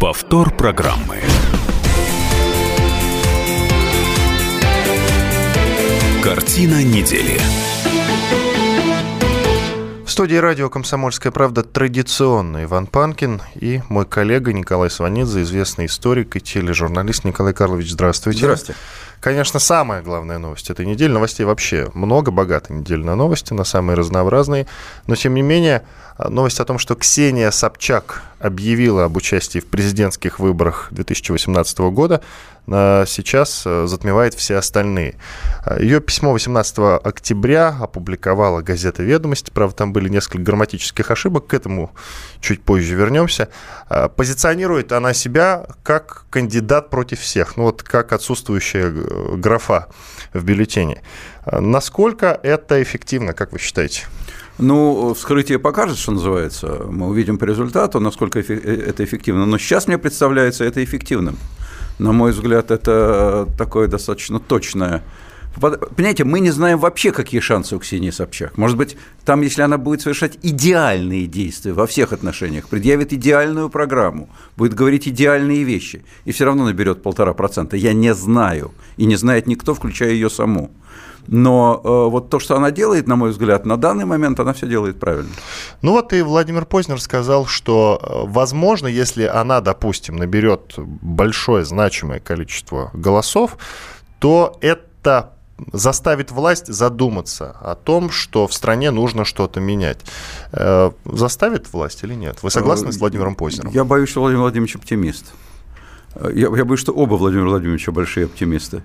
Повтор программы. Картина недели. В студии радио «Комсомольская правда» традиционно Иван Панкин и мой коллега Николай Сванидзе, известный историк и тележурналист. Николай Карлович, здравствуйте. Здравствуйте. Конечно, самая главная новость этой недели. Новостей вообще много, богатая неделя на новости, на самые разнообразные. Но, тем не менее, новость о том, что Ксения Собчак объявила об участии в президентских выборах 2018 года, сейчас затмевает все остальные. Ее письмо 18 октября опубликовала газета «Ведомости». Правда, там были несколько грамматических ошибок. К этому чуть позже вернемся. Позиционирует она себя как кандидат против всех. Ну вот как отсутствующая графа в бюллетене. Насколько это эффективно, как вы считаете? Ну, вскрытие покажет, что называется. Мы увидим по результату, насколько это эффективно. Но сейчас мне представляется это эффективным. На мой взгляд, это такое достаточно точное. Понимаете, мы не знаем вообще, какие шансы у Ксении Собчак. Может быть, там, если она будет совершать идеальные действия во всех отношениях, предъявит идеальную программу, будет говорить идеальные вещи, и все равно наберет 1,5%. Я не знаю. И не знает никто, включая ее саму. Но вот то, что она делает, на мой взгляд, на данный момент она все делает правильно. Ну вот и Владимир Познер сказал, что, возможно, если она, допустим, наберет большое значимое количество голосов, то это заставит власть задуматься о том, что в стране нужно что-то менять. Заставит власть или нет? Вы согласны с Владимиром Познером? Я боюсь, что Владимир Владимирович оптимист. Я боюсь, что оба Владимира Владимировича большие оптимисты.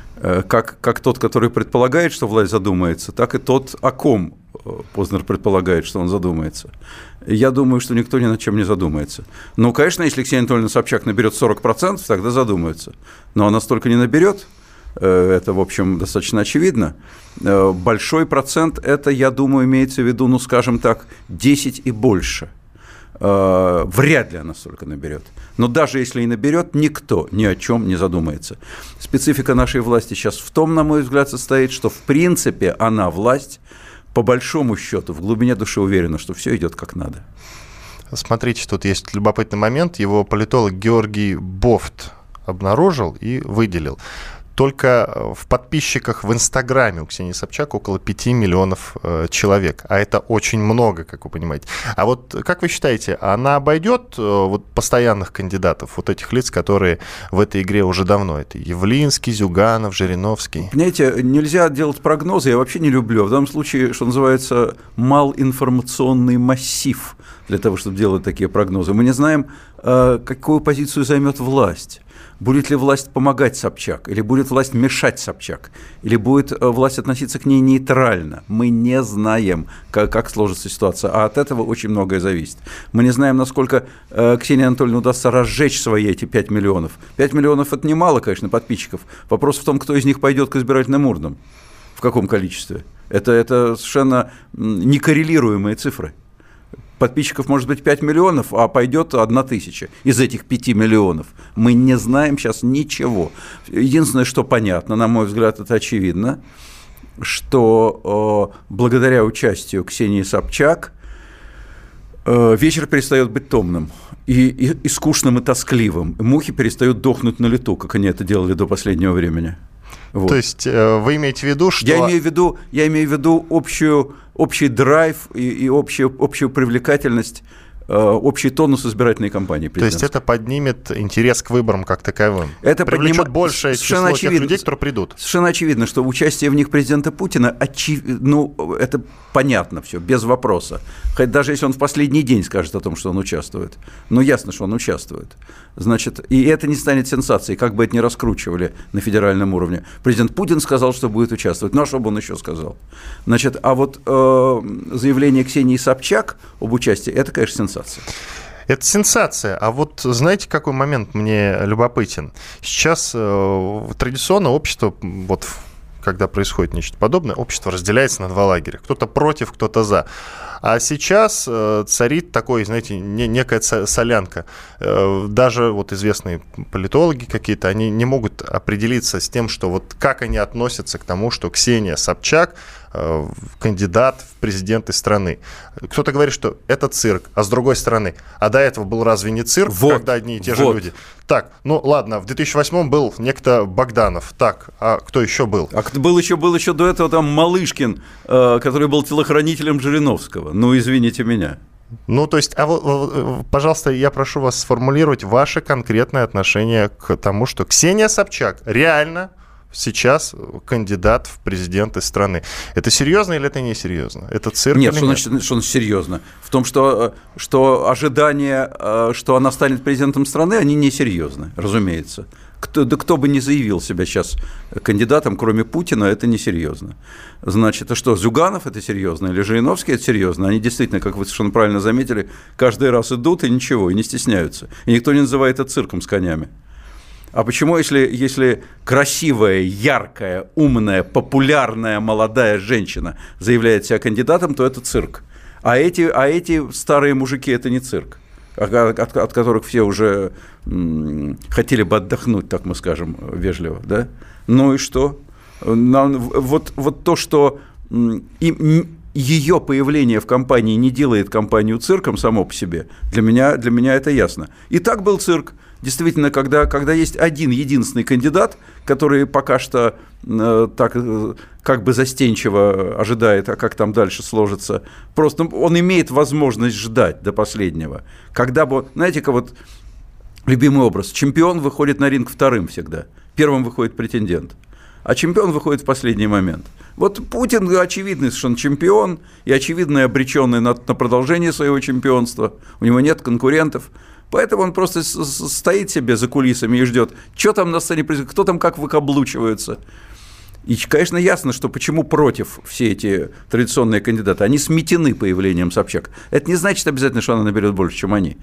Как тот, который предполагает, что власть задумается, так и тот, о ком Познер предполагает, что он задумается. Я думаю, что никто ни над чем не задумается. Ну, конечно, если Ксения Анатольевна Собчак наберет 40%, тогда задумаются. Но она столько не наберет. Это, в общем, достаточно очевидно. Большой процент – это, я думаю, имеется в виду, ну, скажем так, 10 и больше. Вряд ли она столько наберет. Но даже если и наберет, никто ни о чем не задумается. Специфика нашей власти сейчас в том, на мой взгляд, состоит, что в принципе она, власть, по большому счету, в глубине души уверена, что все идет как надо. Смотрите, тут есть любопытный момент. Его политолог Георгий Бофт обнаружил и выделил. Только в подписчиках в Инстаграме у Ксении Собчак около 5 миллионов человек. А это очень много, как вы понимаете. А вот как вы считаете, она обойдет вот постоянных кандидатов, вот этих лиц, которые в этой игре уже давно? Это Явлинский, Зюганов, Жириновский. Понимаете, нельзя делать прогнозы, я вообще не люблю. В данном случае, что называется, малинформационный массив для того, чтобы делать такие прогнозы. Мы не знаем, какую позицию займет власть. Будет ли власть помогать Собчак, или будет власть мешать Собчак, или будет власть относиться к ней нейтрально. Мы не знаем, как сложится ситуация, а от этого очень многое зависит. Мы не знаем, насколько Ксении Анатольевне удастся разжечь свои эти 5 миллионов. 5 миллионов – это немало, конечно, подписчиков. Вопрос в том, кто из них пойдет к избирательным урнам, в каком количестве. Это совершенно некоррелируемые цифры. Подписчиков может быть 5 миллионов, а пойдет 1 тысяча из этих 5 миллионов. Мы не знаем сейчас ничего. Единственное, что понятно, на мой взгляд, это очевидно, что благодаря участию Ксении Собчак вечер перестает быть томным и скучным, и тоскливым. Мухи перестают дохнуть на лету, как они это делали до последнего времени. Вот. То есть вы имеете в виду, что... Я имею в виду общий драйв и общую привлекательность, общий тонус избирательной кампании. То есть это поднимет интерес к выборам как таковым? Это привлечет большее число тех людей, которые придут? Совершенно очевидно, что участие в них президента Путина, это понятно все, без вопроса. Хоть даже если он в последний день скажет о том, что он участвует. Но ясно, что он участвует. Значит, и это не станет сенсацией, как бы это ни раскручивали на федеральном уровне. Президент Путин сказал, что будет участвовать. Ну, а что бы он еще сказал? Значит, а вот заявление Ксении Собчак об участии – это, конечно, сенсация. Это сенсация. А вот знаете, какой момент мне любопытен? Сейчас традиционно общество вот когда происходит нечто подобное, общество разделяется на два лагеря. Кто-то против, кто-то за. А сейчас царит такой, знаете, некая солянка. Даже вот известные политологи какие-то, они не могут определиться с тем, что вот как они относятся к тому, что Ксения Собчак кандидат в президенты страны. Кто-то говорит, что это цирк, а с другой стороны, а до этого был разве не цирк, когда одни и те же люди? Так, ну ладно, в 2008 был некто Богданов. Так, а кто еще был? А был еще до этого там Малышкин, который был телохранителем Жириновского. Ну, извините меня. Ну, то есть, пожалуйста, я прошу вас сформулировать ваше конкретное отношение к тому, что Ксения Собчак реально сейчас кандидат в президенты страны. Это серьезно или это не серьезно? Это цирк нет, или нет? Что значит серьезно? В том, что ожидания, что она станет президентом страны, они несерьезны, разумеется. Кто бы ни заявил себя сейчас кандидатом, кроме Путина, это несерьезно. Значит, а что, Зюганов это серьезно или Жириновский это серьезно? Они действительно, как вы совершенно правильно заметили, каждый раз идут и ничего, и не стесняются. И никто не называет это цирком с конями. А почему, если красивая, яркая, умная, популярная молодая женщина заявляет себя кандидатом, то это цирк? А эти старые мужики – это не цирк, от которых все уже хотели бы отдохнуть, так мы скажем, вежливо, да? Ну и что? Вот то, что ее появление в кампании не делает кампанию цирком само по себе, для меня это ясно. И так был цирк. Действительно, когда есть один единственный кандидат, который пока что так как бы застенчиво ожидает, а как там дальше сложится, просто он имеет возможность ждать до последнего. Когда бы, знаете-ка, вот любимый образ, чемпион выходит на ринг вторым всегда, первым выходит претендент, а чемпион выходит в последний момент. Вот Путин очевидный совершенно чемпион и очевидно обреченный на продолжение своего чемпионства, у него нет конкурентов. Поэтому он просто стоит себе за кулисами и ждет, что там на сцене происходит, кто там как выкаблучивается. И, конечно, ясно, что почему против все эти традиционные кандидаты. Они сметены появлением Собчак. Это не значит обязательно, что она наберет больше, чем они.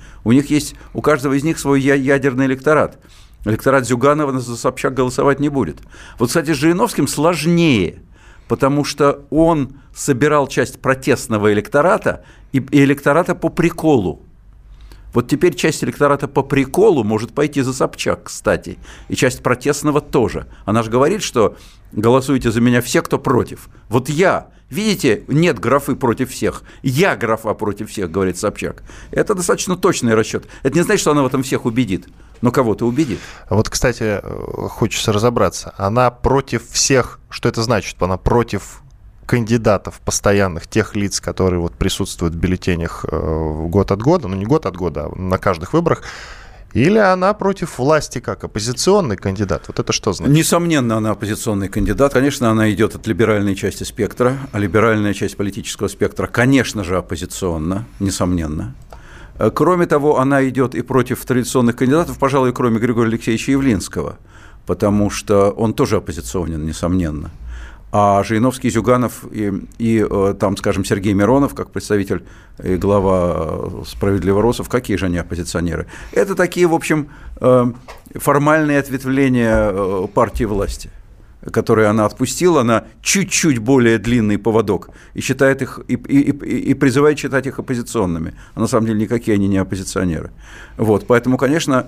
У каждого из них свой ядерный электорат. Электорат Зюганова за Собчак голосовать не будет. Вот, кстати, с Жириновским сложнее, потому что он собирал часть протестного электората и электората по приколу. Вот теперь часть электората по приколу может пойти за Собчак, кстати, и часть протестного тоже. Она же говорит, что голосуйте за меня все, кто против. Вот я, видите, нет графы против всех, я графа против всех, говорит Собчак. Это достаточно точный расчет. Это не значит, что она в этом всех убедит, но кого-то убедит. Вот, кстати, хочется разобраться. Она против всех, что это значит? Она против кандидатов постоянных, тех лиц, которые вот присутствуют в бюллетенях год от года, ну не год от года, а на каждых выборах, или она против власти как оппозиционный кандидат? Вот это что значит? Несомненно, она оппозиционный кандидат. Конечно, она идет от либеральной части спектра, а либеральная часть политического спектра, конечно же, оппозиционна, несомненно. Кроме того, она идет и против традиционных кандидатов, пожалуй, кроме Григория Алексеевича Явлинского, потому что он тоже оппозиционен, несомненно. А Жириновский, Зюганов и там, скажем, Сергей Миронов, как представитель и глава «Справедливого Росов», какие же они оппозиционеры? Это такие, в общем, формальные ответвления партии власти, которые она отпустила на чуть-чуть более длинный поводок и считает их и призывает считать их оппозиционными. А на самом деле никакие они не оппозиционеры. Вот, поэтому, конечно,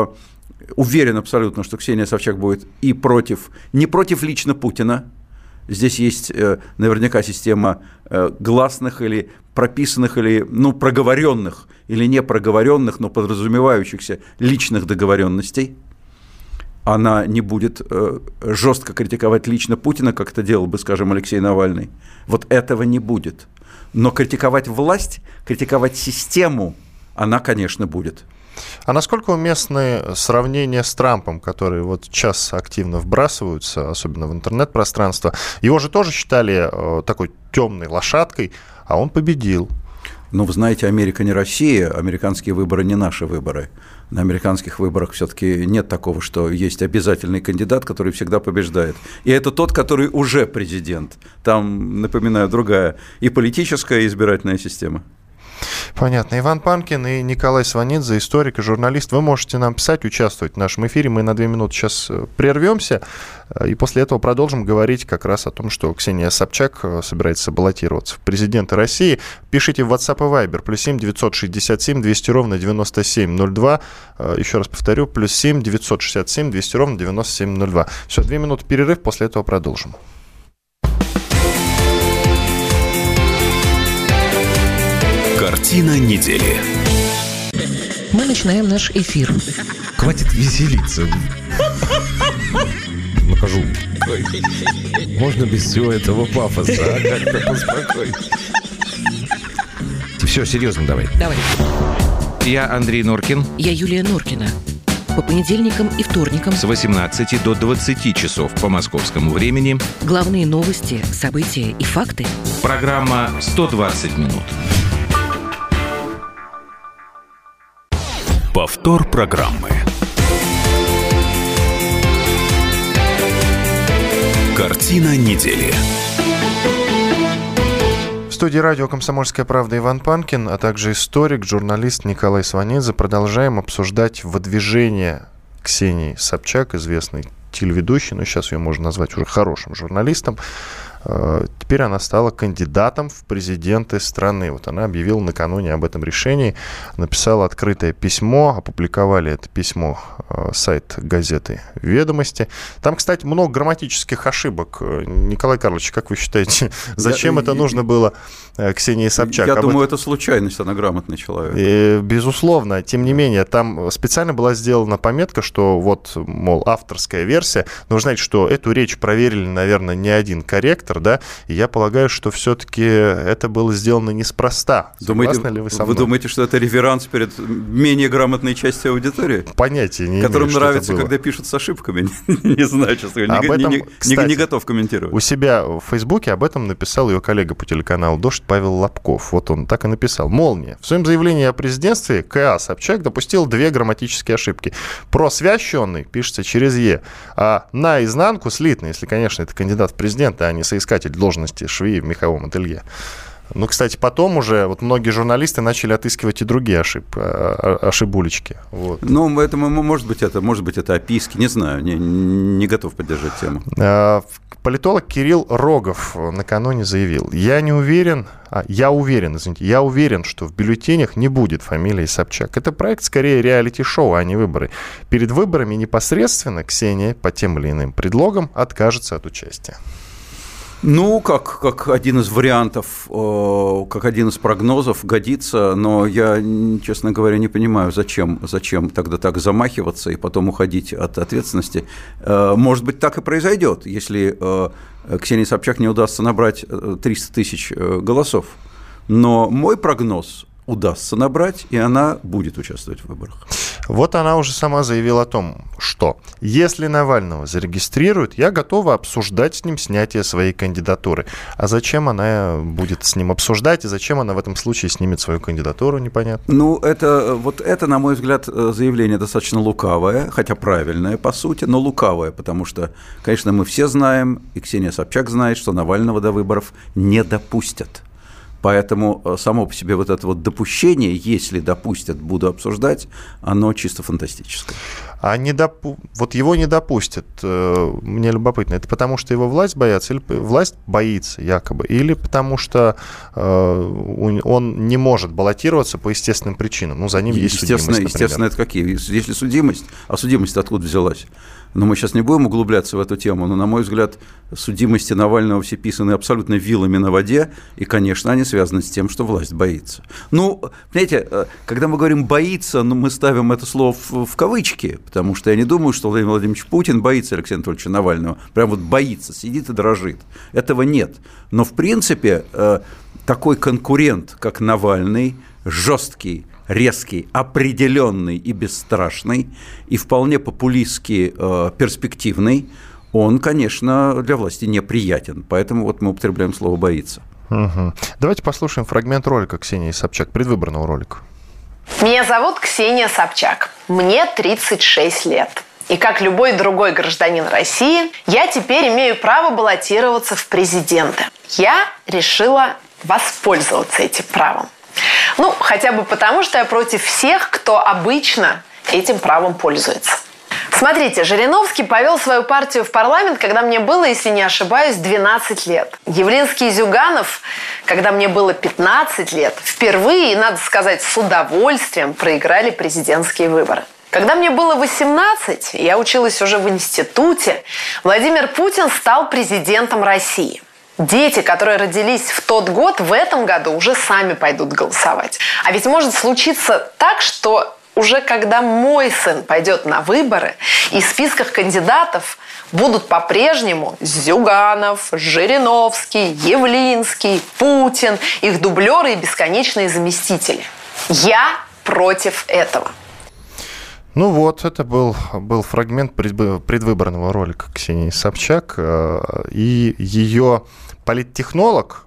уверен абсолютно, что Ксения Собчак будет и не против лично Путина. Здесь есть наверняка система гласных или прописанных, или проговоренных, или не проговоренных, но подразумевающихся личных договоренностей. Она не будет жестко критиковать лично Путина, как это делал бы, скажем, Алексей Навальный. Вот этого не будет. Но критиковать власть, критиковать систему она, конечно, будет. А насколько уместны сравнения с Трампом, которые вот сейчас активно вбрасываются, особенно в интернет-пространство? Его же тоже считали такой темной лошадкой, а он победил. Ну, вы знаете, Америка не Россия, американские выборы не наши выборы. На американских выборах все-таки нет такого, что есть обязательный кандидат, который всегда побеждает. И это тот, который уже президент. Там, напоминаю, другая и политическая, и избирательная система. Понятно. Иван Панкин и Николай Сванидзе, историк и журналист. Вы можете нам писать, участвовать в нашем эфире. Мы на 2 минуты сейчас прервемся, и после этого продолжим говорить как раз о том, что Ксения Собчак собирается баллотироваться в президенты России. Пишите в WhatsApp и Viber. +7 967 200 ровно 9702. Еще раз повторю, +7 967 200 ровно 9702. Все, 2 минуты перерыв, после этого продолжим. Картина недели. Мы начинаем наш эфир. Хватит веселиться. Накажу. Можно без всего этого пафоса, а? Как-то поспокойнее. Все, серьезно давай. Давай. Я Андрей Норкин. Я Юлия Норкина. По понедельникам и вторникам С 18 до 20 часов по московскому времени. главные новости, события и факты. Программа «120 минут». Повтор программы. Картина недели. В студии радио «Комсомольская правда» Иван Панкин, а также историк, журналист Николай Сванидзе. Продолжаем обсуждать выдвижение Ксении Собчак, известной телеведущей, но сейчас ее можно назвать уже хорошим журналистом. Теперь она стала кандидатом в президенты страны. Вот она объявила накануне об этом решении, написала открытое письмо, опубликовали это письмо сайт газеты «Ведомости». Там, кстати, много грамматических ошибок. Николай Карлович, как вы считаете, зачем это нужно было Ксении Собчак? Я думаю, это случайность, она грамотный человек. Безусловно. Тем не менее, там специально была сделана пометка, что вот, мол, авторская версия. Но вы знаете, что эту речь проверили, наверное, не один корректор, да, и я полагаю, что все-таки это было сделано неспроста. Согласны ли вы со мной? Вы думаете, что это реверанс перед менее грамотной частью аудитории? Понятия не имею, которым что нравится, это было. когда пишут с ошибками. Не знаю, честно говоря, не готов комментировать. У себя в Фейсбуке об этом написал ее коллега по телеканалу «Дождь» Павел Лобков. Вот он так и написал. «Молния. В своем заявлении о президентстве К.А. Собчак допустил 2 грамматические ошибки. Просвященный пишется через «е», а наизнанку слитный, если, конечно, это кандидат в президенты, а не соискатель должности швеи в меховом ателье». Ну, кстати, потом уже вот многие журналисты начали отыскивать и другие ошибулечки. Вот. Ну, это может быть это описки, не знаю, не готов поддержать тему. Политолог Кирилл Рогов накануне заявил: я уверен, что в бюллетенях не будет фамилии Собчак. Это проект скорее реалити-шоу, а не выборы. Перед выборами непосредственно Ксения по тем или иным предлогам откажется от участия. Ну, как один из вариантов, как один из прогнозов годится, но я, честно говоря, не понимаю, зачем тогда так замахиваться и потом уходить от ответственности. Может быть, так и произойдет, если Ксении Собчак не удастся набрать 300 тысяч голосов. Но мой прогноз: удастся набрать, и она будет участвовать в выборах. Вот она уже сама заявила о том, что если Навального зарегистрируют, я готова обсуждать с ним снятие своей кандидатуры. А зачем она будет с ним обсуждать, и зачем она в этом случае снимет свою кандидатуру, непонятно. Ну, это, на мой взгляд, заявление достаточно лукавое, хотя правильное, по сути, но лукавое, потому что, конечно, мы все знаем, и Ксения Собчак знает, что Навального до выборов не допустят. Поэтому само по себе вот это вот допущение, если допустят, буду обсуждать, оно чисто фантастическое. Вот его не допустят, мне любопытно, это потому что его власть боятся, или власть боится якобы, или потому что он не может баллотироваться по естественным причинам, ну, за ним есть судимость, например. Естественно, это какие? Если судимость, а судимость откуда взялась? Но мы сейчас не будем углубляться в эту тему, но, на мой взгляд, судимости Навального все писаны абсолютно вилами на воде, и, конечно, они связаны с тем, что власть боится. Ну, понимаете, когда мы говорим «боится», мы ставим это слово в кавычки, потому что я не думаю, что Владимир Владимирович Путин боится Алексея Анатольевича Навального, прям вот боится, сидит и дрожит. Этого нет. Но, в принципе, такой конкурент, как Навальный, жесткий, резкий, определенный и бесстрашный, и вполне популистски перспективный, он, конечно, для власти неприятен. Поэтому вот мы употребляем слово «боится». Угу. Давайте послушаем фрагмент ролика Ксении Собчак, предвыборного ролика. Меня зовут Ксения Собчак. Мне 36 лет. И как любой другой гражданин России, я теперь имею право баллотироваться в президенты. Я решила воспользоваться этим правом. Ну, хотя бы потому, что я против всех, кто обычно этим правом пользуется. Смотрите, Жириновский повел свою партию в парламент, когда мне было, если не ошибаюсь, 12 лет. Явлинский и Зюганов, когда мне было 15 лет, впервые, и, надо сказать, с удовольствием проиграли президентские выборы. Когда мне было 18, я училась уже в институте, Владимир Путин стал президентом России. Дети, которые родились в тот год, в этом году уже сами пойдут голосовать. А ведь может случиться так, что уже когда мой сын пойдет на выборы, и в списках кандидатов будут по-прежнему Зюганов, Жириновский, Явлинский, Путин, их дублеры и бесконечные заместители. Я против этого. Ну вот, это был фрагмент предвыборного ролика Ксении Собчак. И ее политтехнолог,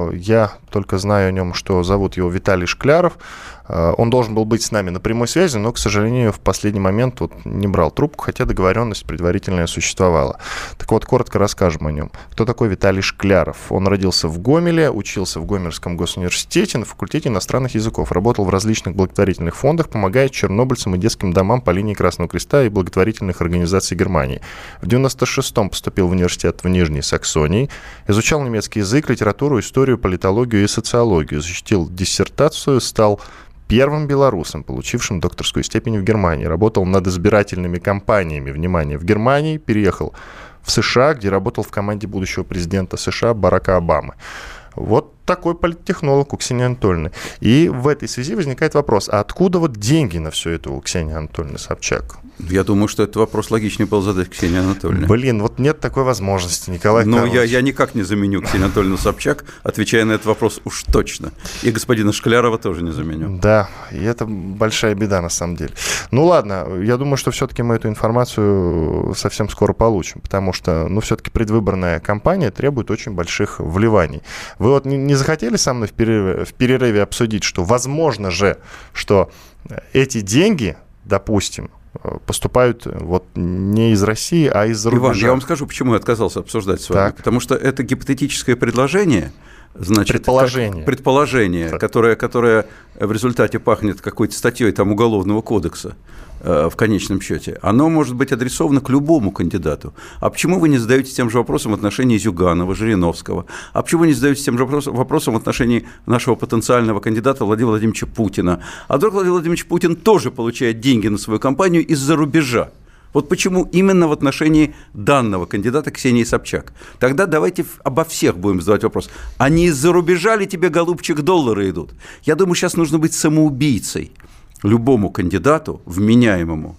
я только знаю о нем, что зовут его Виталий Шкляров, он должен был быть с нами на прямой связи, но, к сожалению, в последний момент не брал трубку, хотя договоренность предварительная существовала. Так вот, коротко расскажем о нем. Кто такой Виталий Шкляров? Он родился в Гомеле, учился в Гомельском госуниверситете на факультете иностранных языков, работал в различных благотворительных фондах, помогает чернобыльцам и детским домам по линии Красного Креста и благотворительных организаций Германии. В 1996-м поступил в университет в Нижней Саксонии, изучал немецкий язык, литературу, историю, политологию и социологию, защитил диссертацию, стал первым белорусом, получившим докторскую степень в Германии. Работал над избирательными кампаниями, внимание, в Германии, переехал в США, где работал в команде будущего президента США Барака Обамы. Вот такой политтехнолог у Ксении Анатольевны. И в этой связи возникает вопрос, а откуда вот деньги на все это у Ксении Анатольевны Собчак? Я думаю, что этот вопрос логичнее было задать Ксении Анатольевне. Блин, вот нет такой возможности, Николай Карлович. Но я никак не заменю Ксению Анатольевну Собчак, отвечая на этот вопрос уж точно. И господина Шклярова тоже не заменю. Да, и это большая беда на самом деле. Ну ладно, я думаю, что все-таки мы эту информацию совсем скоро получим, потому что, все-таки предвыборная кампания требует очень больших вливаний. Вы вот не захотели со мной в перерыве обсудить, что возможно же, что эти деньги, допустим, поступают вот не из России, а из-за рубежа. Иван, я вам скажу, почему я отказался обсуждать с вами. Так. Потому что это гипотетическое предложение, значит, предположение, которое в результате пахнет какой-то статьей там, Уголовного кодекса в конечном счете, оно может быть адресовано к любому кандидату. А почему вы не задаетесь тем же вопросом в отношении Зюганова, Жириновского? А почему вы не задаетесь тем же вопросом в отношении нашего потенциального кандидата Владимира Владимировича Путина? А вдруг Владимир Владимирович Путин тоже получает деньги на свою кампанию из-за рубежа? Вот почему именно в отношении данного кандидата Ксении Собчак? Тогда давайте обо всех будем задавать вопрос. А не из-за рубежа ли тебе, голубчик, доллары идут? Я думаю, сейчас нужно быть самоубийцей любому кандидату, вменяемому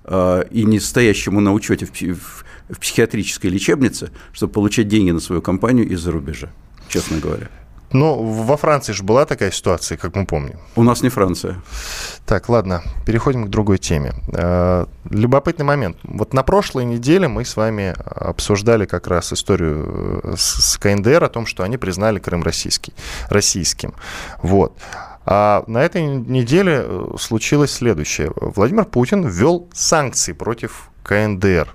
и не стоящему на учете в психиатрической лечебнице, чтобы получать деньги на свою кампанию из-за рубежа, честно говоря. Ну, во Франции же была такая ситуация, как мы помним. У нас не Франция. Так, ладно, переходим к другой теме. Любопытный момент. Вот на прошлой неделе мы с вами обсуждали как раз историю с КНДР о том, что они признали Крым российским. Вот. А на этой неделе случилось следующее. Владимир Путин ввел санкции против КНДР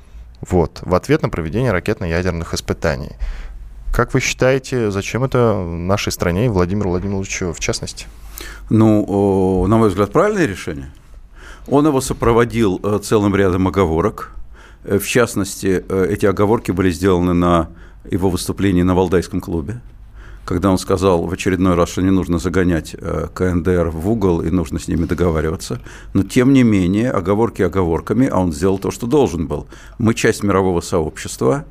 в ответ на проведение ракетно-ядерных испытаний. Как вы считаете, зачем это нашей стране и Владимиру Владимировичу в частности? Ну, на мой взгляд, правильное решение. Он его сопроводил целым рядом оговорок. В частности, эти оговорки были сделаны на его выступлении на Валдайском клубе, когда он сказал в очередной раз, что не нужно загонять КНДР в угол и нужно с ними договариваться. Но, тем не менее, оговорки оговорками, а он сделал то, что должен был. Мы часть мирового сообщества,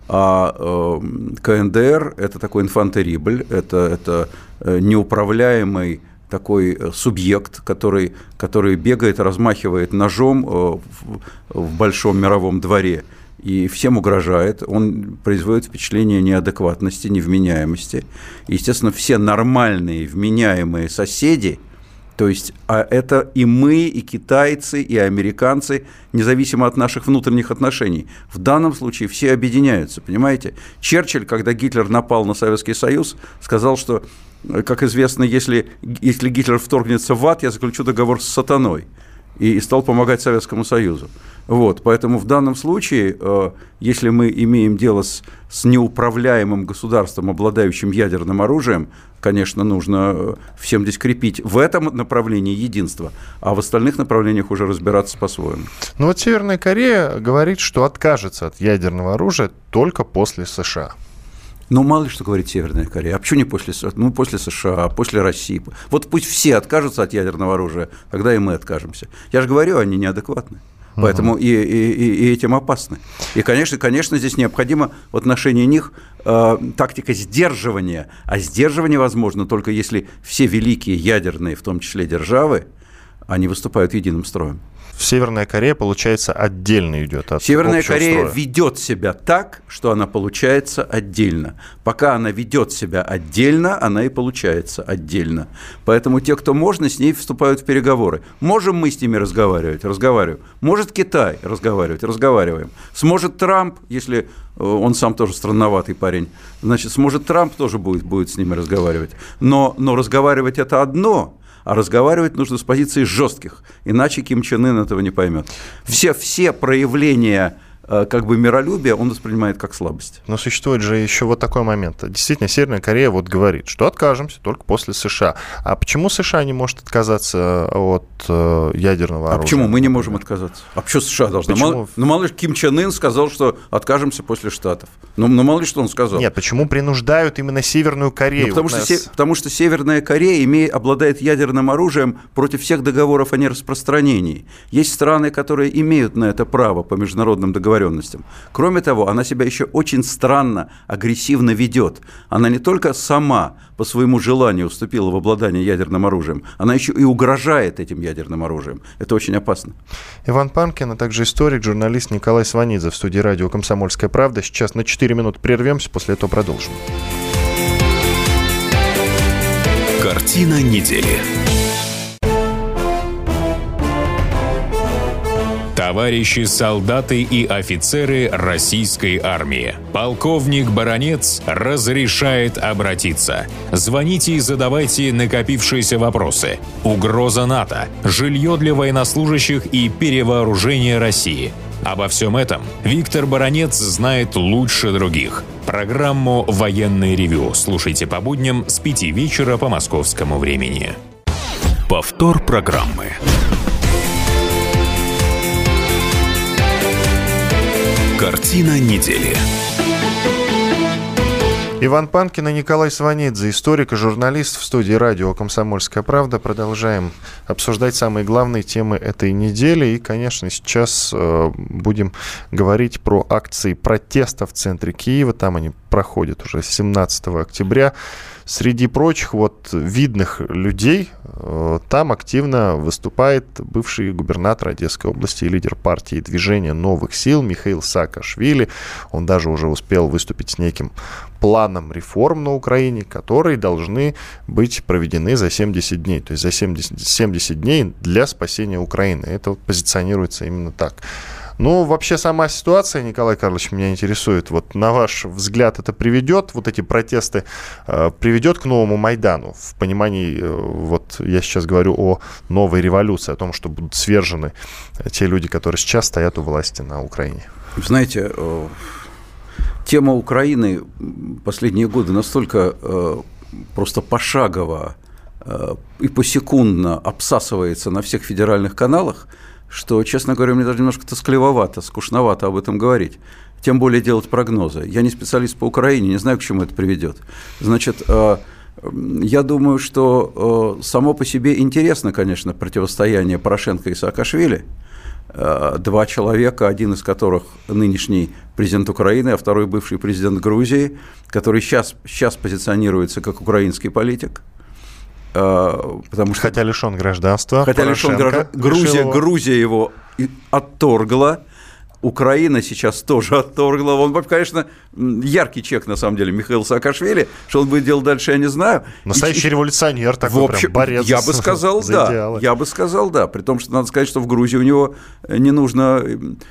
а КНДР – это такой инфантерибль, это неуправляемый такой субъект, который бегает, размахивает ножом в большом мировом дворе и всем угрожает. Он производит впечатление неадекватности, невменяемости. И, естественно, все нормальные, вменяемые соседи, то есть это и мы, и китайцы, и американцы, независимо от наших внутренних отношений. В данном случае все объединяются, понимаете? Черчилль, когда Гитлер напал на Советский Союз, сказал, что, как известно, если Гитлер вторгнется в ад, я заключу договор с сатаной. и стал помогать Советскому Союзу. Вот, поэтому в данном случае, если мы имеем дело с неуправляемым государством, обладающим ядерным оружием, конечно, нужно всем здесь крепить в этом направлении единство, а в остальных направлениях уже разбираться по-своему. Ну вот Северная Корея говорит, что откажется от ядерного оружия только после США. Ну, мало ли что говорит Северная Корея. А почему не после США? Ну, после США, после России. Вот пусть все откажутся от ядерного оружия, тогда и мы откажемся. Я же говорю, они неадекватны. Поэтому и этим опасны. И, конечно, здесь необходима в отношении них тактика сдерживания. А сдерживание возможно только если все великие ядерные, в том числе державы, они выступают единым строем. Северная Корея, получается, отдельно идет от Северная Корея строя. ведет себя так, что она получается отдельно. Пока она ведет себя отдельно, она и получается отдельно. Поэтому те, кто можно, с ней вступают в переговоры. Можем мы с ними разговаривать? Разговариваем. Может Китай разговаривать? Разговариваем. Сможет Трамп, если он сам тоже странноватый парень, значит, сможет Трамп тоже будет с ними разговаривать. Но разговаривать – это одно. А разговаривать нужно с позиции жестких, иначе Ким Чен Ын этого не поймет. Все проявления как бы миролюбия он воспринимает как слабость. Но существует же еще вот такой момент. Действительно, Северная Корея вот говорит, что откажемся только после США. А почему США не может отказаться от ядерного оружия? А почему мы не можем отказаться? А почему США должны? Мало ли Ким Чен Ын сказал, что откажемся после Штатов. Ну, мало ли что он сказал. Нет, почему принуждают именно Северную Корею? Потому что Северная Корея обладает ядерным оружием против всех договоров о нераспространении. Есть страны, которые имеют на это право по международным договоренностям. Кроме того, она себя еще очень странно, агрессивно ведет. Она не только сама по своему желанию вступила в обладание ядерным оружием, она еще и угрожает этим ядерным оружием. Это очень опасно. Иван Панкин, а также историк, журналист Николай Сванидзе в студии радио «Комсомольская правда». Сейчас на 4 минуты прервемся, после этого продолжим. Картина недели. Товарищи солдаты и офицеры российской армии. Полковник Баранец разрешает обратиться. Звоните и задавайте накопившиеся вопросы. Угроза НАТО, жилье для военнослужащих и перевооружение России. Обо всем этом Виктор Баранец знает лучше других. Программу «Военное ревю» слушайте по будням с 5 вечера по московскому времени. Повтор программы. Картина недели. Иван Панкин и Николай Сванидзе, историк и журналист в студии радио «Комсомольская правда». Продолжаем обсуждать самые главные темы этой недели. И, конечно, сейчас будем говорить про акции протеста в центре Киева. Там они проходят уже 17 октября. Среди прочих видных людей там активно выступает бывший губернатор Одесской области и лидер партии движения «Новых сил» Михаил Саакашвили. Он даже уже успел выступить с неким планом реформ на Украине, которые должны быть проведены за 70 дней. То есть за 70 дней для спасения Украины. Это позиционируется именно так. Ну, вообще сама ситуация, Николай Карлович, меня интересует. На ваш взгляд, это приведет, эти протесты, приведет к новому Майдану? В понимании, я сейчас говорю о новой революции, о том, что будут свержены те люди, которые сейчас стоят у власти на Украине. Знаете, тема Украины последние годы настолько просто пошагово и посекундно обсасывается на всех федеральных каналах, что, честно говоря, мне даже немножко тоскливовато, скучновато об этом говорить. Тем более делать прогнозы. Я не специалист по Украине, не знаю, к чему это приведет. Значит, я думаю, что само по себе интересно, конечно, противостояние Порошенко и Саакашвили. Два человека, один из которых нынешний президент Украины, а второй бывший президент Грузии, который сейчас позиционируется как украинский политик. Потому что, хотя лишен гражданства. Грузия его отторгла. Украина сейчас тоже отторгла. Он, конечно, яркий человек, на самом деле, Михаил Саакашвили. Что он будет делать дальше, я не знаю. Настоящий революционер такой, прям борец за идеалы. Я бы сказал, да. При том, что надо сказать, что в Грузии у него не нужно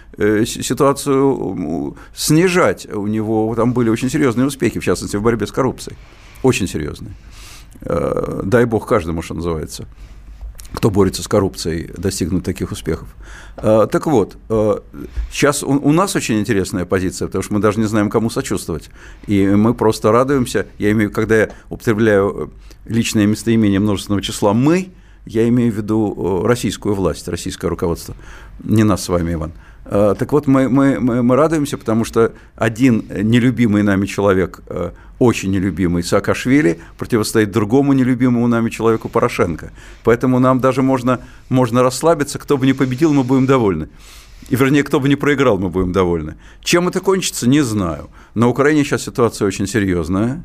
ситуацию снижать. У него там были очень серьезные успехи, в частности, в борьбе с коррупцией. Очень серьезные. Дай бог каждому, что называется. кто борется с коррупцией, достигнуть таких успехов. Так вот, сейчас у нас очень интересная позиция, потому что мы даже не знаем, кому сочувствовать. И мы просто радуемся. Когда я употребляю личное местоимение множественного числа «мы», я имею в виду российскую власть, российское руководство. Не нас с вами, Иван. Так вот, мы радуемся, потому что один нелюбимый нами человек, очень нелюбимый Саакашвили, противостоит другому нелюбимому нами человеку Порошенко. Поэтому нам даже можно расслабиться, кто бы ни победил, мы будем довольны. И, вернее, кто бы ни проиграл, мы будем довольны. Чем это кончится, не знаю. На Украине сейчас ситуация очень серьезная.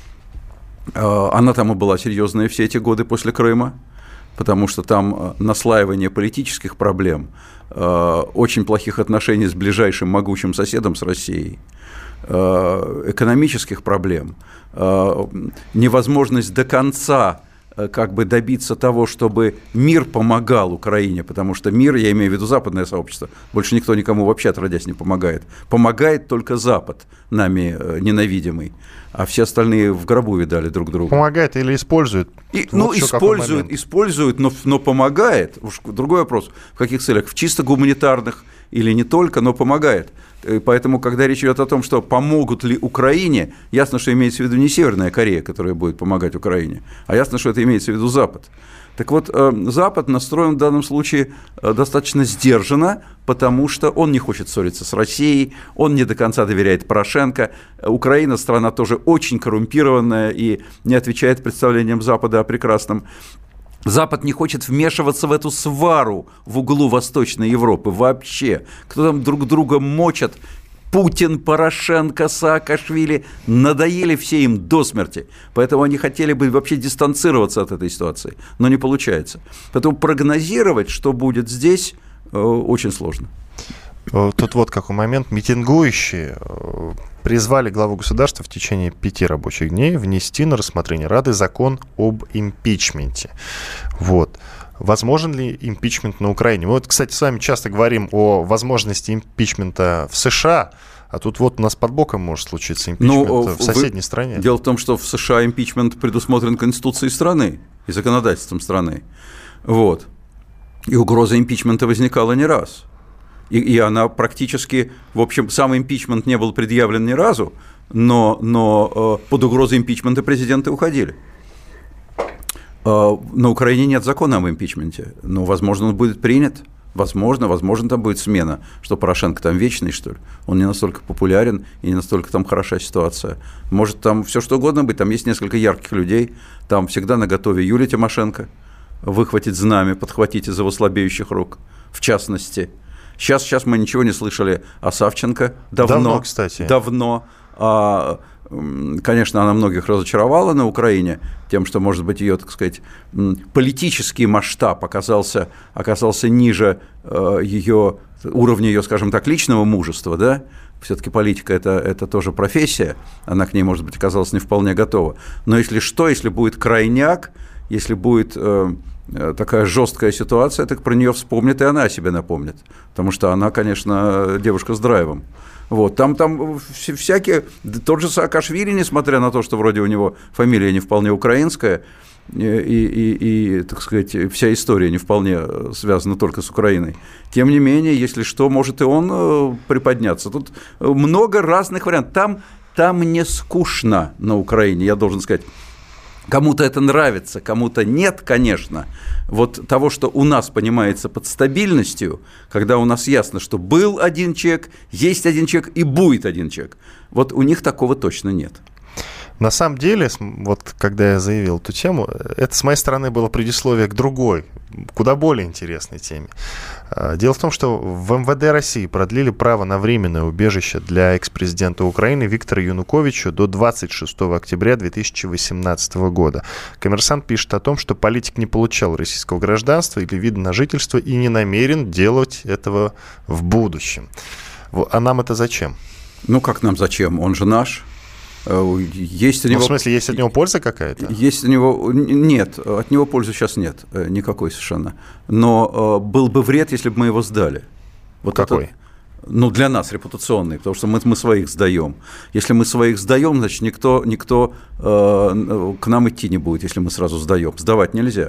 Она там и была серьезная все эти годы после Крыма, потому что там наслаивание политических проблем, очень плохих отношений с ближайшим могучим соседом, с Россией, экономических проблем, невозможность до конца как бы добиться того, чтобы мир помогал Украине, потому что мир, я имею в виду западное сообщество, больше никто никому вообще отродясь не помогает. Помогает только Запад, нами ненавидимый, а все остальные в гробу видали друг друга. Помогает или использует? Использует, но помогает. Уж другой вопрос, в каких целях? В чисто гуманитарных или не только, но помогает. И поэтому, когда речь идет о том, что помогут ли Украине, ясно, что имеется в виду не Северная Корея, которая будет помогать Украине, а ясно, что это имеется в виду Запад. Так вот, Запад настроен в данном случае достаточно сдержанно, потому что он не хочет ссориться с Россией, он не до конца доверяет Порошенко. Украина страна тоже очень коррумпированная и не отвечает представлениям Запада о прекрасном. Запад не хочет вмешиваться в эту свару в углу Восточной Европы вообще. Кто там друг друга мочат? Путин, Порошенко, Саакашвили. Надоели все им до смерти. Поэтому они хотели бы вообще дистанцироваться от этой ситуации. Но не получается. Поэтому прогнозировать, что будет здесь, очень сложно. Тут вот какой момент. Митингующие призвали главу государства в течение 5 рабочих дней внести на рассмотрение Рады закон об импичменте. Вот. Возможен ли импичмент на Украине? Мы вот, кстати, с вами часто говорим о возможности импичмента в США, а тут вот у нас под боком может случиться импичмент в соседней стране. Дело в том, что в США импичмент предусмотрен Конституцией страны и законодательством страны. Вот. И угроза импичмента возникала не раз. И она практически, в общем, сам импичмент не был предъявлен ни разу, но под угрозой импичмента президенты уходили. На Украине нет закона об импичменте, но, возможно, он будет принят. Возможно, там будет смена, что Порошенко там вечный, что ли. Он не настолько популярен и не настолько там хороша ситуация. Может, там все что угодно быть, там есть несколько ярких людей, там всегда наготове Юлия Тимошенко, выхватить знамя, подхватить из его слабеющих рук, в частности. Сейчас мы ничего не слышали о Савченко. Давно, кстати. Давно. Конечно, она многих разочаровала на Украине тем, что, может быть, ее, так сказать, политический масштаб оказался ниже уровня ее, скажем так, личного мужества, да? Все-таки политика – это тоже профессия, она к ней, может быть, оказалась не вполне готова. Но если будет крайняк, если будет такая жесткая ситуация, так про нее вспомнит, и она о себе напомнит. Потому что она, конечно, девушка с драйвом. Вот, там всякие, тот же Саакашвили, несмотря на то, что вроде у него фамилия не вполне украинская, и так сказать, вся история не вполне связана только с Украиной, тем не менее, если что, может и он приподняться. Тут много разных вариантов. Там не скучно на Украине, я должен сказать. Кому-то это нравится, кому-то нет, конечно. Вот того, что у нас понимается под стабильностью, когда у нас ясно, что был один человек, есть один человек и будет один человек. Вот у них такого точно нет. На самом деле, вот когда я заявил эту тему, это с моей стороны было предисловие к другой, куда более интересной теме. Дело в том, что в МВД России продлили право на временное убежище для экс-президента Украины Виктора Януковича до 26 октября 2018 года. «Коммерсант» пишет о том, что политик не получал российского гражданства или вида на жительство и не намерен делать этого в будущем. А нам это зачем? Ну, как нам зачем? Он же наш. Есть у него... в смысле, есть от него польза какая-то? Есть у него... Нет, от него пользы сейчас нет, никакой совершенно. Но был бы вред, если бы мы его сдали. Вот какой? Это, для нас репутационный, потому что мы своих сдаем. Если мы своих сдаем, значит, никто к нам идти не будет, если мы сразу сдаем. Сдавать нельзя.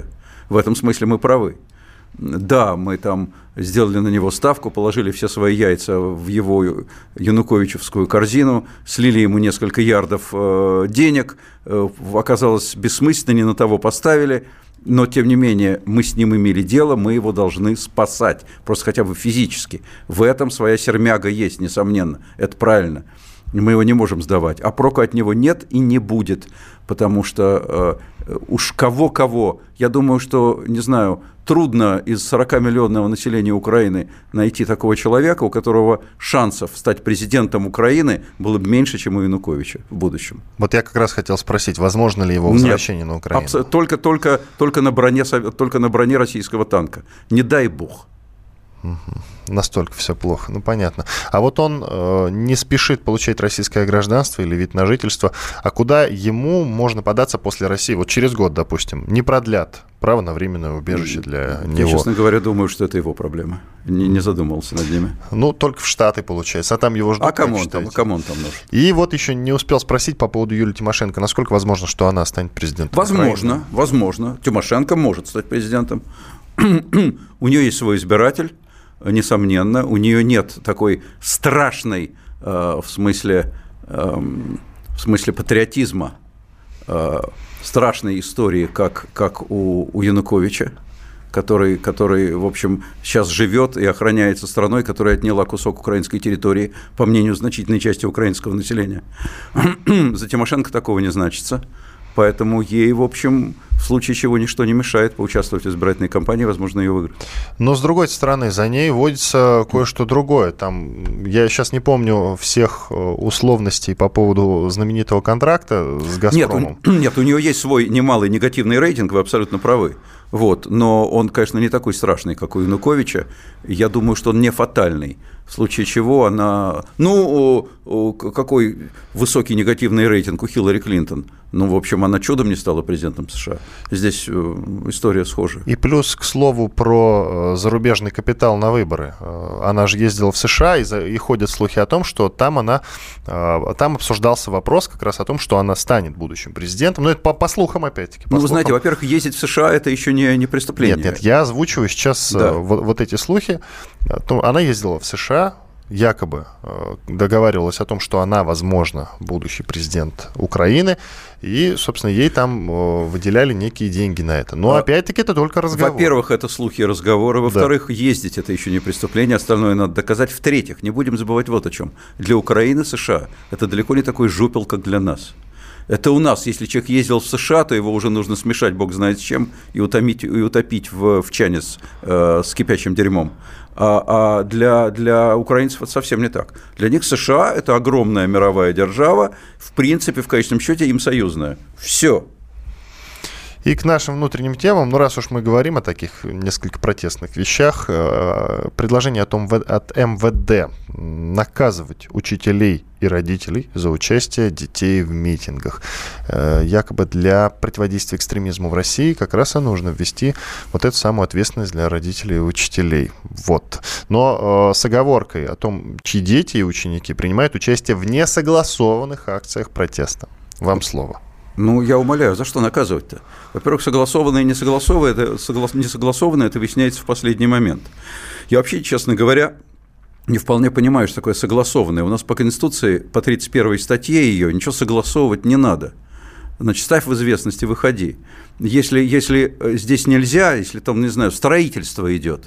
В этом смысле мы правы. Да, мы там сделали на него ставку, положили все свои яйца в его януковичевскую корзину, слили ему несколько ярдов денег, оказалось бессмысленно, не на того поставили, но, тем не менее, мы с ним имели дело, мы его должны спасать, просто хотя бы физически. В этом своя сермяга есть, несомненно, это правильно. Мы его не можем сдавать, а проку от него нет и не будет, потому что уж кого-кого, я думаю, что, не знаю, трудно из 40-миллионного населения Украины найти такого человека, у которого шансов стать президентом Украины было бы меньше, чем у Януковича в будущем. Вот я как раз хотел спросить, возможно ли его возвращение на Украину? Только на броне российского танка. Не дай бог. Настолько все плохо, ну понятно. А вот он не спешит получать российское гражданство или вид на жительство, а куда ему можно податься после России? Вот через год, допустим, не продлят право на временное убежище для него. Я, честно говоря, думаю, что это его проблема. Не задумывался над ними. Ну, только в Штаты, получается, а там его ждут. А кому он там нужен? И вот еще не успел спросить по поводу Юлии Тимошенко, насколько возможно, что она станет президентом Украины? Возможно. Тимошенко может стать президентом. У нее есть свой избиратель. Несомненно, у нее нет такой страшной в смысле патриотизма, страшной истории, как у Януковича, который, в общем, сейчас живет и охраняется страной, которая отняла кусок украинской территории, по мнению значительной части украинского населения. За Тимошенко такого не значится. Поэтому ей, в общем, в случае чего ничто не мешает поучаствовать в избирательной кампании, возможно, ее выиграть. Но, с другой стороны, за ней водится кое-что другое. Там, я сейчас не помню всех условностей по поводу знаменитого контракта с «Газпромом». Нет, у нее есть свой немалый негативный рейтинг, вы абсолютно правы. Вот, но он, конечно, не такой страшный, как у Януковича. Я думаю, что он не фатальный. В случае чего она... какой высокий негативный рейтинг у Хиллари Клинтон. В общем, она чудом не стала президентом США. Здесь история схожа. И плюс, к слову, про зарубежный капитал на выборы. Она же ездила в США, и ходят слухи о том, что там обсуждался вопрос как раз о том, что она станет будущим президентом. Но это по слухам, опять-таки. Вы знаете, во-первых, ездить в США – это еще не преступление. Нет, я озвучиваю сейчас вот эти слухи. Она ездила в США, якобы договаривалась о том, что она, возможно, будущий президент Украины, и, собственно, ей там выделяли некие деньги на это. Но, опять-таки, это только разговор. Во-первых, это слухи и разговоры. Во-вторых, ездить – это еще не преступление, остальное надо доказать. В-третьих, не будем забывать вот о чем. Для Украины США это далеко не такой жупел, как для нас. Это у нас, если человек ездил в США, то его уже нужно смешать, бог знает с чем, и утопить в чане с кипящим дерьмом. А для украинцев это совсем не так. Для них США – это огромная мировая держава, в принципе, в конечном счете, им союзная. Все. И к нашим внутренним темам, раз уж мы говорим о таких несколько протестных вещах, предложение от МВД наказывать учителей и родителей за участие детей в митингах. Якобы для противодействия экстремизму в России как раз и нужно ввести вот эту самую ответственность для родителей и учителей. Вот. Но с оговоркой о том, чьи дети и ученики принимают участие в несогласованных акциях протеста. Вам слово. Я умоляю, за что наказывать-то? Во-первых, согласованное и несогласованное это выясняется в последний момент. Я вообще, честно говоря, не вполне понимаю, что такое согласованное. У нас по Конституции, по 31 статье ее, ничего согласовывать не надо. Значит, ставь в известность и выходи. Если здесь нельзя, если там, не знаю, строительство идет,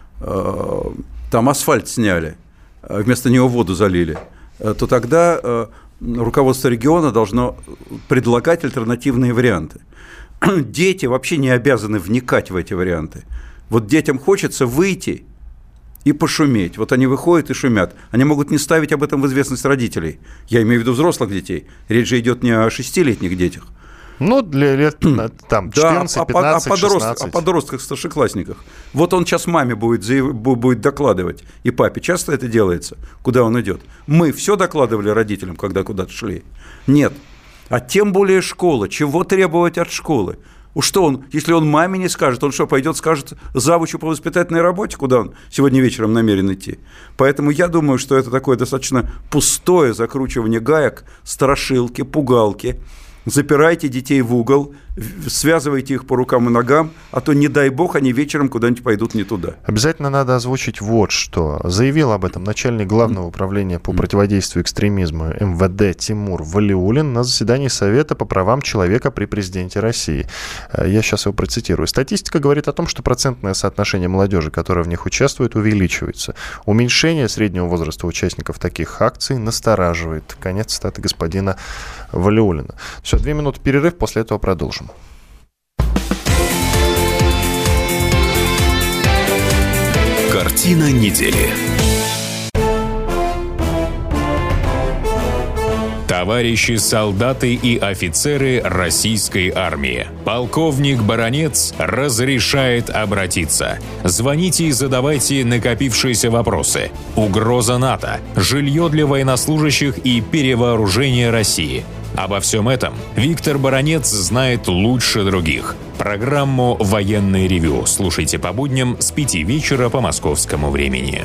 там асфальт сняли, вместо него воду залили, то тогда руководство региона должно предлагать альтернативные варианты. Дети вообще не обязаны вникать в эти варианты. Вот детям хочется выйти и пошуметь. Вот они выходят и шумят. Они могут не ставить об этом в известность родителей. Я имею в виду взрослых детей. Речь же идет не о 6-летних детях. Для лет там 14, 15, 16. О подростках, старшеклассниках. Вот он сейчас маме будет докладывать, и папе. Часто это делается, куда он идет. Мы все докладывали родителям, когда куда-то шли? Нет. А тем более школа. Чего требовать от школы? Если он маме не скажет, он что, пойдет, скажет завучу по воспитательной работе, куда он сегодня вечером намерен идти? Поэтому я думаю, что это такое достаточно пустое закручивание гаек, страшилки, пугалки. Запирайте детей в угол, связывайте их по рукам и ногам, а то, не дай бог, они вечером куда-нибудь пойдут не туда. Обязательно надо озвучить вот что. Заявил об этом начальник Главного управления по противодействию экстремизму МВД Тимур Валиуллин на заседании Совета по правам человека при президенте России. Я сейчас его процитирую. Статистика говорит о том, что процентное соотношение молодежи, которая в них участвует, увеличивается. Уменьшение среднего возраста участников таких акций настораживает. Конец цитаты господина Валиуллина. Все, 2 минуты перерыв, после этого продолжим. Картина недели. Товарищи солдаты и офицеры российской армии. Полковник Баранец разрешает обратиться. Звоните и задавайте накопившиеся вопросы. Угроза НАТО, жилье для военнослужащих и перевооружение России. Обо всем этом Виктор Баранец знает лучше других. Программу «Военный ревю» слушайте по будням с 5 вечера по московскому времени.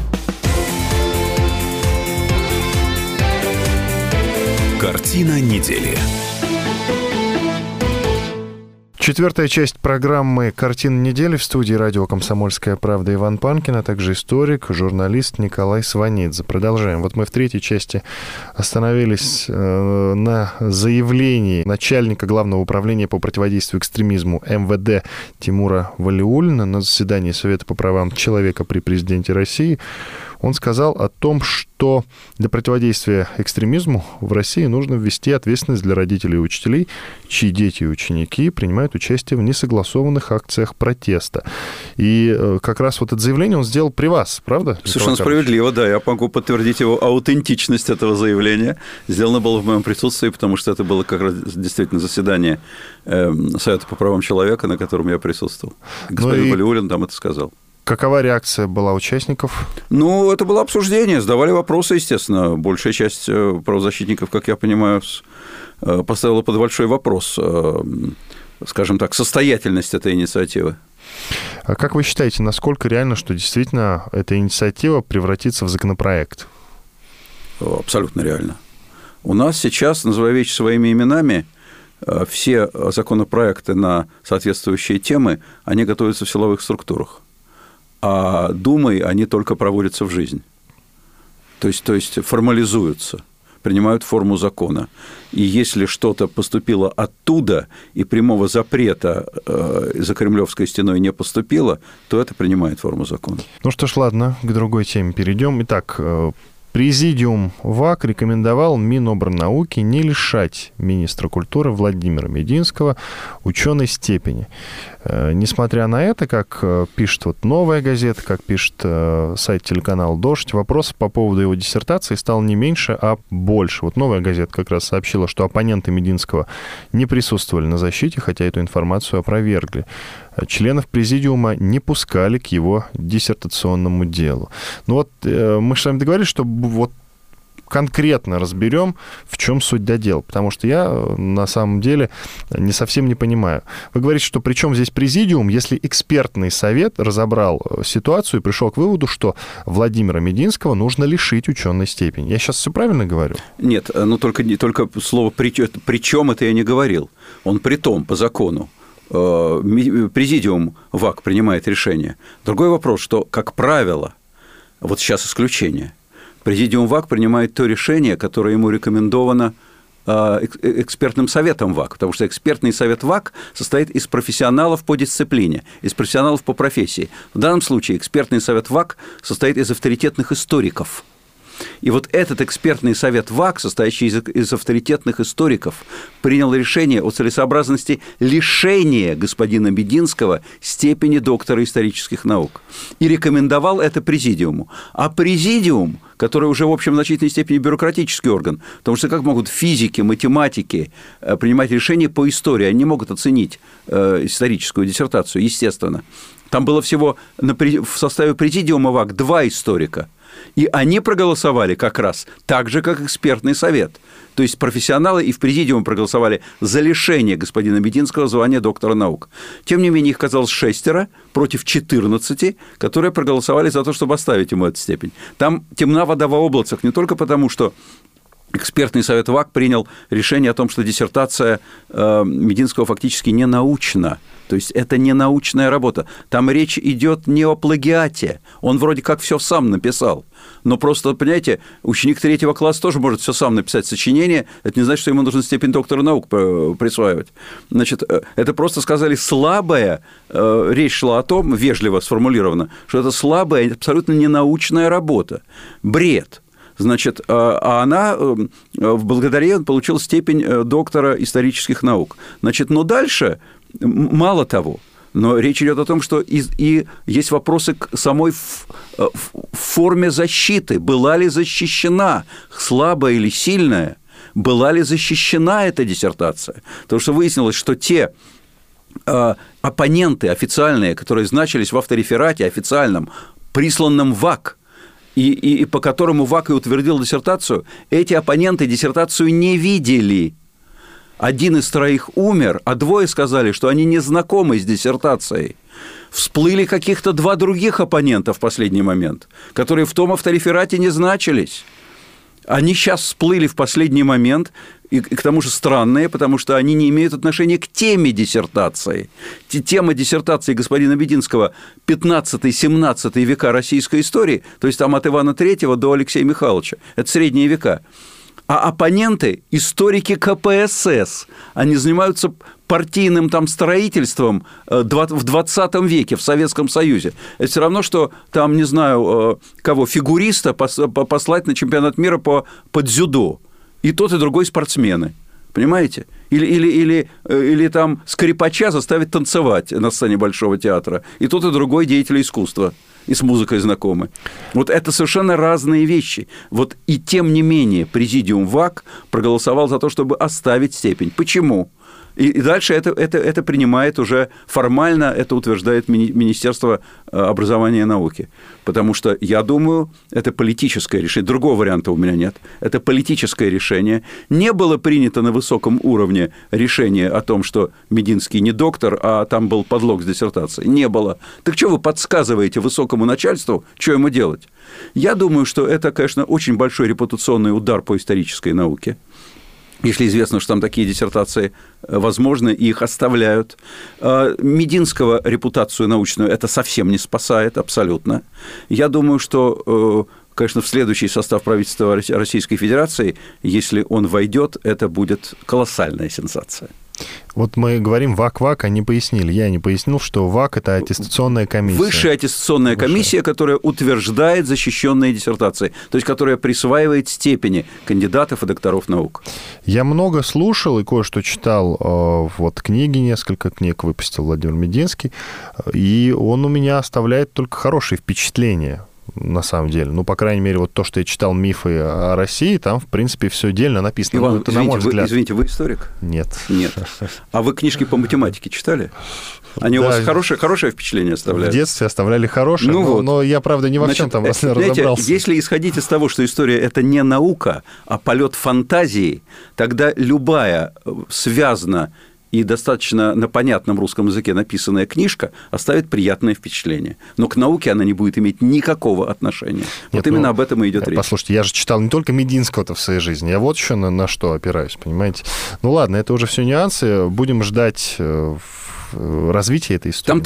Картина недели. Четвертая часть программы «Картина недели» в студии радио «Комсомольская правда» Иван Панкин, а также историк, журналист Николай Сванидзе. Продолжаем. Вот мы в третьей части остановились на заявлении начальника Главного управления по противодействию экстремизму МВД Тимура Валиуллина на заседании Совета по правам человека при президенте России. Он сказал о том, что для противодействия экстремизму в России нужно ввести ответственность для родителей и учителей, чьи дети и ученики принимают участие в несогласованных акциях протеста. И как раз вот это заявление он сделал при вас, правда? Совершенно справедливо, да. Я могу подтвердить его аутентичность этого заявления. Сделано было в моем присутствии, потому что это было как раз действительно заседание Совета по правам человека, на котором я присутствовал. Господин Валиуллин там это сказал. Какова реакция была участников? Ну, это было обсуждение, задавали вопросы, естественно. Большая часть правозащитников, как я понимаю, поставила под большой вопрос, скажем так, состоятельность этой инициативы. А как вы считаете, насколько реально, что действительно эта инициатива превратится в законопроект? Абсолютно реально. У нас сейчас, называя вещи своими именами, все законопроекты на соответствующие темы, они готовятся в силовых структурах. А Думой они только проводятся в жизнь. То есть формализуются, принимают форму закона. И если что-то поступило оттуда, и прямого запрета за Кремлевской стеной не поступило, то это принимает форму закона. Ну что ж, ладно, к другой теме перейдем. Итак, Президиум ВАК рекомендовал Минобрнауки не лишать министра культуры Владимира Мединского ученой степени. Несмотря на это, как пишет вот «Новая газета», как пишет сайт телеканала «Дождь», вопросов по поводу его диссертации стало не меньше, а больше. Вот «Новая газета» как раз сообщила, что оппоненты Мединского не присутствовали на защите, хотя эту информацию опровергли. Членов президиума не пускали к его диссертационному делу. Ну вот мы с вами договорились, что вот конкретно разберем, в чем суть до дела, потому что я на самом деле не совсем не понимаю. Вы говорите, что при чем здесь президиум, если экспертный совет разобрал ситуацию и пришел к выводу, что Владимира Мединского нужно лишить ученой степени. Я сейчас все правильно говорю? Нет, ну только слово «причем» это я не говорил. Он притом по закону. Президиум ВАК принимает решение. Другой вопрос, что, как правило, вот сейчас исключение, Президиум ВАК принимает то решение, которое ему рекомендовано экспертным советом ВАК, потому что экспертный совет ВАК состоит из профессионалов по дисциплине, из профессионалов по профессии. В данном случае экспертный совет ВАК состоит из авторитетных историков. И вот этот экспертный совет ВАК, состоящий из авторитетных историков, принял решение о целесообразности лишения господина Мединского степени доктора исторических наук и рекомендовал это президиуму. А президиум, который уже, в общем, в значительной степени бюрократический орган, потому что как могут физики, математики принимать решения по истории? Они не могут оценить историческую диссертацию, естественно. Там было всего в составе президиума ВАК 2 историка. И они проголосовали как раз так же, как экспертный совет. То есть профессионалы и в президиуме проголосовали за лишение господина Мединского звания доктора наук. Тем не менее, их казалось 6 против 14, которые проголосовали за то, чтобы оставить ему эту степень. Там темна вода в облацах не только потому, что экспертный совет ВАК принял решение о том, что диссертация Мединского фактически не научна. То есть это не научная работа. Там речь идет не о плагиате. Он вроде как все сам написал. Но просто, понимаете, ученик 3 класса тоже может все сам написать сочинение. Это не значит, что ему нужно степень доктора наук присваивать. Значит, это просто сказали слабая, речь шла о том, вежливо сформулировано, что это слабая, абсолютно ненаучная работа. Бред. Значит, а она, благодаря ей он получил степень доктора исторических наук. Значит, но дальше, мало того, но речь идет о том, что и есть вопросы к самой форме защиты. Была ли защищена, слабая или сильная, была ли защищена эта диссертация? Потому что выяснилось, что те оппоненты официальные, которые значились в автореферате официальном, присланном в ВАК, и по которому ВАК и утвердил диссертацию, эти оппоненты диссертацию не видели. Один из 3 умер, а 2 сказали, что они не знакомы с диссертацией. Всплыли каких-то 2 других оппонента в последний момент, которые в том автореферате не значились. Они сейчас всплыли в последний момент, и к тому же странные, потому что они не имеют отношения к теме диссертации. Тема диссертации господина Мединского 15-17 века российской истории, то есть там от Ивана III до Алексея Михайловича, это средние века. А оппоненты – историки КПСС. Они занимаются партийным там строительством в 20 веке в Советском Союзе. Это все равно, что там, не знаю, кого, фигуриста послать на чемпионат мира по дзюдо. И тот, и другой спортсмены. Понимаете? Или там скрипача заставить танцевать на сцене Большого театра. И тот, и другой деятель искусства. И с музыкой знакомы. Вот это совершенно разные вещи. Вот и тем не менее президиум ВАК проголосовал за то, чтобы оставить степень. Почему? И дальше это принимает уже формально, это утверждает Министерство образования и науки. Потому что, я думаю, это политическое решение. Другого варианта у меня нет. Это политическое решение. Не было принято на высоком уровне решение о том, что Мединский не доктор, а там был подлог с диссертацией. Не было. Так что вы подсказываете высокому начальству, что ему делать? Я думаю, что это, конечно, очень большой репутационный удар по исторической науке. Если известно, что там такие диссертации возможны, и их оставляют. Мединского репутацию научную это совсем не спасает, абсолютно. Я думаю, что, конечно, в следующий состав правительства Российской Федерации, если он войдет, это будет колоссальная сенсация. Вот мы говорим ВАК, они пояснили. Я не пояснил, что ВАК – это аттестационная комиссия. Высшая аттестационная комиссия, которая утверждает защищенные диссертации, то есть которая присваивает степени кандидатов и докторов наук. Я много слушал и кое-что читал. Вот книги, несколько книг выпустил Владимир Мединский, и он у меня оставляет только хорошие впечатления. На самом деле. Ну, по крайней мере, вот то, что я читал мифы о России, там, в принципе, все дельно написано. Иван, это, на мой взгляд... извините, вы историк? Нет. Нет. А вы книжки по математике читали? Они у вас хорошее впечатление оставляют? В детстве оставляли хорошее, но я, правда, не во всем там разобрался. Если исходить из того, что история – это не наука, а полет фантазии, тогда любая связана и достаточно на понятном русском языке написанная книжка оставит приятное впечатление. Но к науке она не будет иметь никакого отношения. Вот именно об этом и идет речь. Послушайте, я же читал не только Мединского-то в своей жизни, я вот еще на что опираюсь, понимаете? Ну ладно, это уже все нюансы. Будем ждать развития этой истории.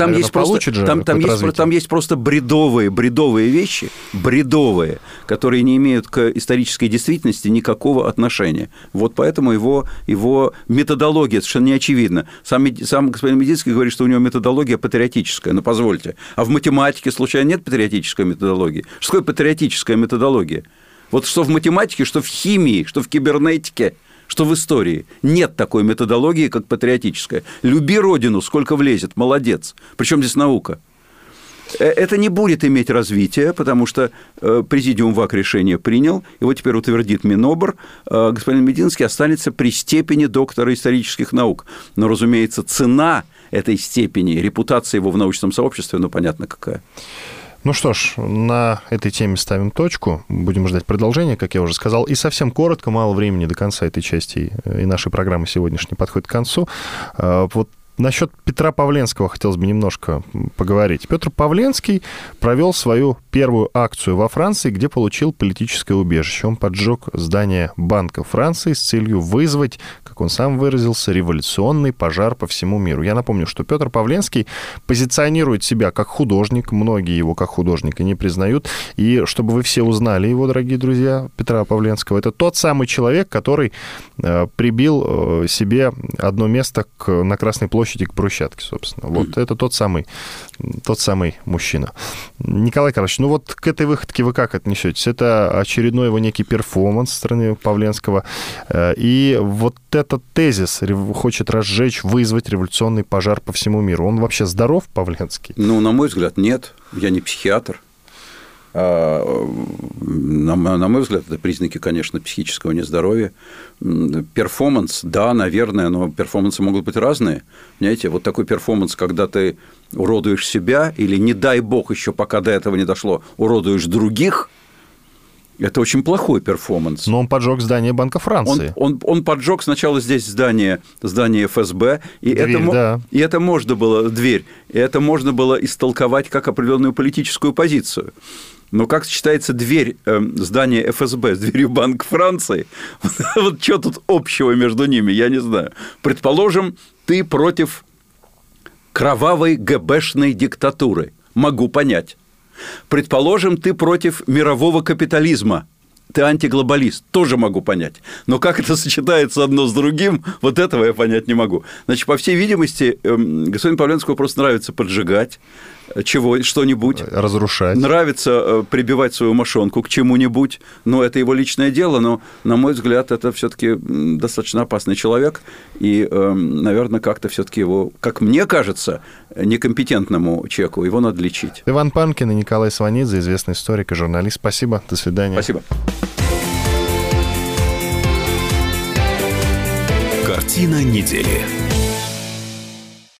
Там есть просто бредовые вещи, которые не имеют к исторической действительности никакого отношения. Вот поэтому его методология совершенно не очевидна. Сам господин Мединский говорит, что у него методология патриотическая. Ну, позвольте. А в математике, случайно, нет патриотической методологии? Что такое патриотическая методология? Вот что в математике, что в химии, что в кибернетике, что в истории. Нет такой методологии, как патриотическая. Люби родину, сколько влезет, молодец. Причем здесь наука? Это не будет иметь развития, потому что президиум ВАК решение принял, его теперь утвердит Минобр. Господин Мединский останется при степени доктора исторических наук. Но, разумеется, цена этой степени, репутация его в научном сообществе, ну, понятно, какая. Ну что ж, на этой теме ставим точку. Будем ждать продолжения, как я уже сказал. И совсем коротко, мало времени до конца этой части и нашей программы сегодняшней подходит к концу. Вот насчет Петра Павленского хотелось бы немножко поговорить. Петр Павленский провел свою первую акцию во Франции, где получил политическое убежище. Он поджег здание Банка Франции с целью вызвать, как он сам выразился, революционный пожар по всему миру. Я напомню, что Петр Павленский позиционирует себя как художник, многие его как художника не признают. И чтобы вы все узнали его, дорогие друзья, Петра Павленского, это тот самый человек, который прибил себе одно место на Красной площади к брусчатке, собственно. Вот это тот самый мужчина. Николай Карлович, ну вот к этой выходке вы как отнесетесь? Это очередной его некий перформанс со стороны Павленского. И вот этот тезис хочет разжечь, вызвать революционный пожар по всему миру. Он вообще здоров, Павленский? Ну, на мой взгляд, нет. Я не психиатр. На мой взгляд, это признаки, конечно, психического нездоровья. Перформанс, да, наверное, но перформансы могут быть разные. Понимаете, вот такой перформанс, когда ты уродуешь себя или, не дай бог, еще пока до этого не дошло, уродуешь других, это очень плохой перформанс. Но он поджег здание Банка Франции. Он поджег сначала здесь здание ФСБ, и это можно было, дверь, и это можно было истолковать как определенную политическую позицию. Но как сочетается дверь здания ФСБ с дверью Банка Франции, вот что тут общего между ними, я не знаю. Предположим, ты против кровавой ГБшной диктатуры. Могу понять. Предположим, ты против мирового капитализма. Ты антиглобалист, тоже могу понять. Но как это сочетается одно с другим, вот этого я понять не могу. Значит, по всей видимости, господину Павленскому просто нравится поджигать что-нибудь. Разрушать. Нравится прибивать свою мошонку к чему-нибудь. Но это его личное дело. Но, на мой взгляд, это все-таки достаточно опасный человек. И, наверное, как-то все-таки его, как мне кажется, некомпетентному человеку, его надо лечить. Иван Панкин и Николай Сванидзе, известный историк и журналист. Спасибо. До свидания. Спасибо. Картина недели.